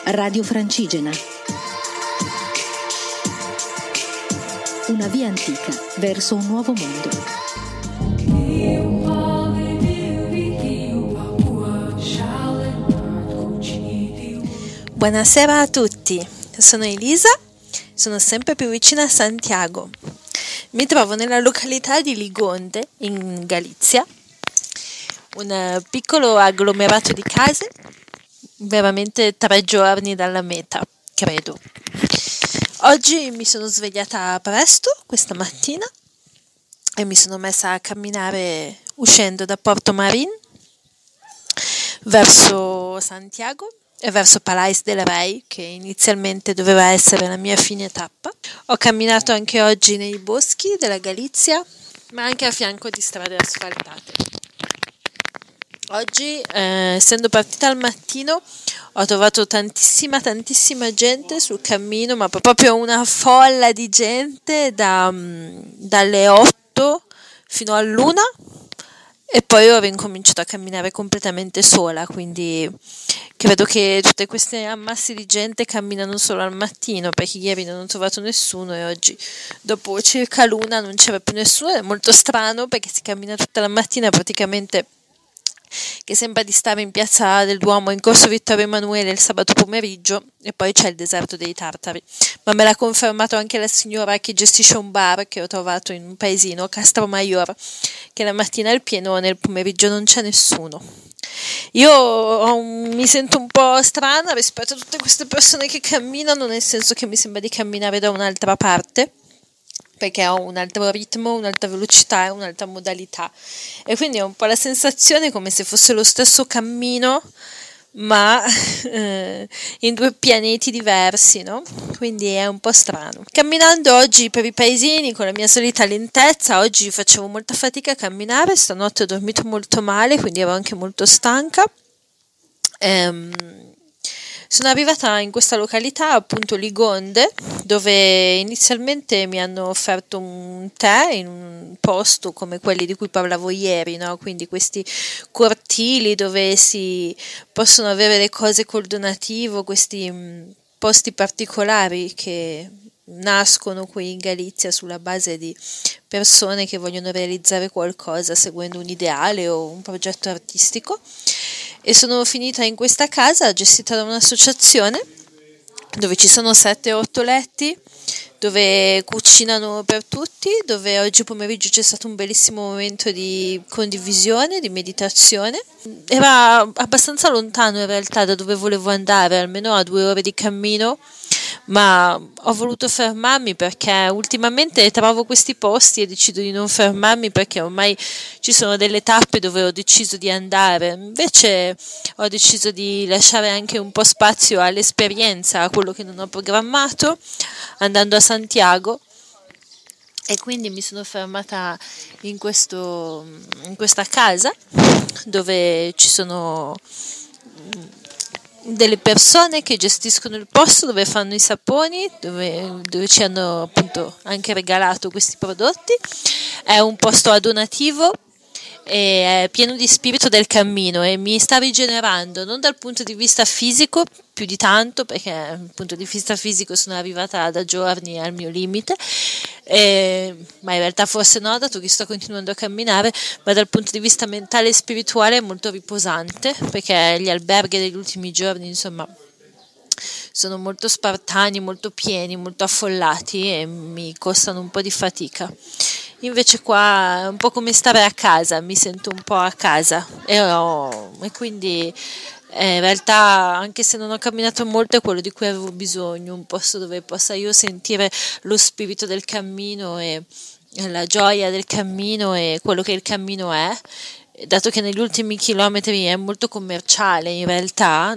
Radio Francigena. Una via antica verso un nuovo mondo. Buonasera a tutti, sono Elisa, sono sempre più vicina a Santiago. Mi trovo nella località di Ligonde, in Galizia, un piccolo agglomerato di case, veramente 3 giorni dalla meta, credo. Oggi mi sono svegliata presto, questa mattina, e mi sono messa a camminare uscendo da Porto Marín verso Santiago e verso Palais del Rey, che inizialmente doveva essere la mia fine tappa. Ho camminato anche oggi nei boschi della Galizia, ma anche a fianco di strade asfaltate. Oggi, essendo partita al mattino, ho trovato tantissima gente sul cammino, ma proprio una folla di gente dalle 8 fino all'1, e poi ho ricominciato a camminare completamente sola, quindi credo che tutte queste ammassi di gente camminano solo al mattino, perché ieri non ho trovato nessuno e oggi dopo circa l'1 non c'era più nessuno. È molto strano perché si cammina tutta la mattina praticamente, che sembra di stare in piazza del Duomo in corso Vittorio Emanuele il sabato pomeriggio, e poi c'è il deserto dei Tartari, ma me l'ha confermato anche la signora che gestisce un bar che ho trovato in un paesino, Castromaior, che la mattina è il pieno, nel pomeriggio non c'è nessuno. Io mi sento un po' strana rispetto a tutte queste persone che camminano, nel senso che mi sembra di camminare da un'altra parte, perché ho un altro ritmo, un'altra velocità e un'altra modalità, e quindi ho un po' la sensazione come se fosse lo stesso cammino, ma in 2 pianeti diversi, no? Quindi è un po' strano. Camminando oggi per i paesini con la mia solita lentezza, oggi facevo molta fatica a camminare, stanotte ho dormito molto male, quindi ero anche molto stanca. Sono arrivata in questa località, appunto Ligonde, dove inizialmente mi hanno offerto un tè in un posto come quelli di cui parlavo ieri, no? Quindi questi cortili dove si possono avere le cose col donativo, questi posti particolari che nascono qui in Galizia sulla base di persone che vogliono realizzare qualcosa seguendo un ideale o un progetto artistico. E sono finita in questa casa gestita da un'associazione dove ci sono 7-8 letti, dove cucinano per tutti, dove oggi pomeriggio c'è stato un bellissimo momento di condivisione, di meditazione. Era abbastanza lontano in realtà da dove volevo andare, almeno a 2 ore di cammino, ma ho voluto fermarmi perché ultimamente trovo questi posti e decido di non fermarmi perché ormai ci sono delle tappe dove ho deciso di andare. Invece ho deciso di lasciare anche un po' spazio all'esperienza, a quello che non ho programmato, andando a Santiago, e quindi mi sono fermata in questa casa dove ci sono delle persone che gestiscono il posto, dove fanno i saponi, dove ci hanno appunto anche regalato questi prodotti. È un posto a donativo e è pieno di spirito del cammino e mi sta rigenerando, non dal punto di vista fisico più di tanto, perché dal punto di vista fisico sono arrivata da giorni al mio limite, ma in realtà forse no, dato che sto continuando a camminare, ma dal punto di vista mentale e spirituale è molto riposante, perché gli alberghi degli ultimi giorni, insomma, sono molto spartani, molto pieni, molto affollati e mi costano un po' di fatica. Invece qua è un po' come stare a casa, mi sento un po' a casa e quindi in realtà, anche se non ho camminato molto, è quello di cui avevo bisogno, un posto dove possa io sentire lo spirito del cammino e la gioia del cammino e quello che il cammino è, dato che negli ultimi chilometri è molto commerciale in realtà.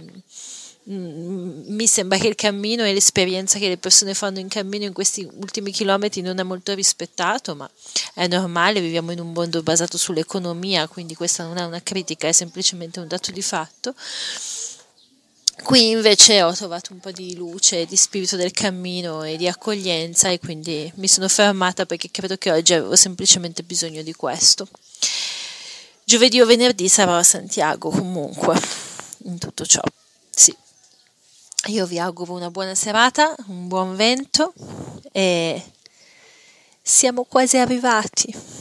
Mi sembra che il cammino e l'esperienza che le persone fanno in cammino in questi ultimi chilometri non è molto rispettato, ma è normale, viviamo in un mondo basato sull'economia, quindi questa non è una critica, è semplicemente un dato di fatto. Qui invece ho trovato un po' di luce, di spirito del cammino e di accoglienza, e quindi mi sono fermata perché credo che oggi avevo semplicemente bisogno di questo. Giovedì o venerdì sarò a Santiago comunque, in tutto ciò, sì. Io vi auguro una buona serata, un buon vento e siamo quasi arrivati.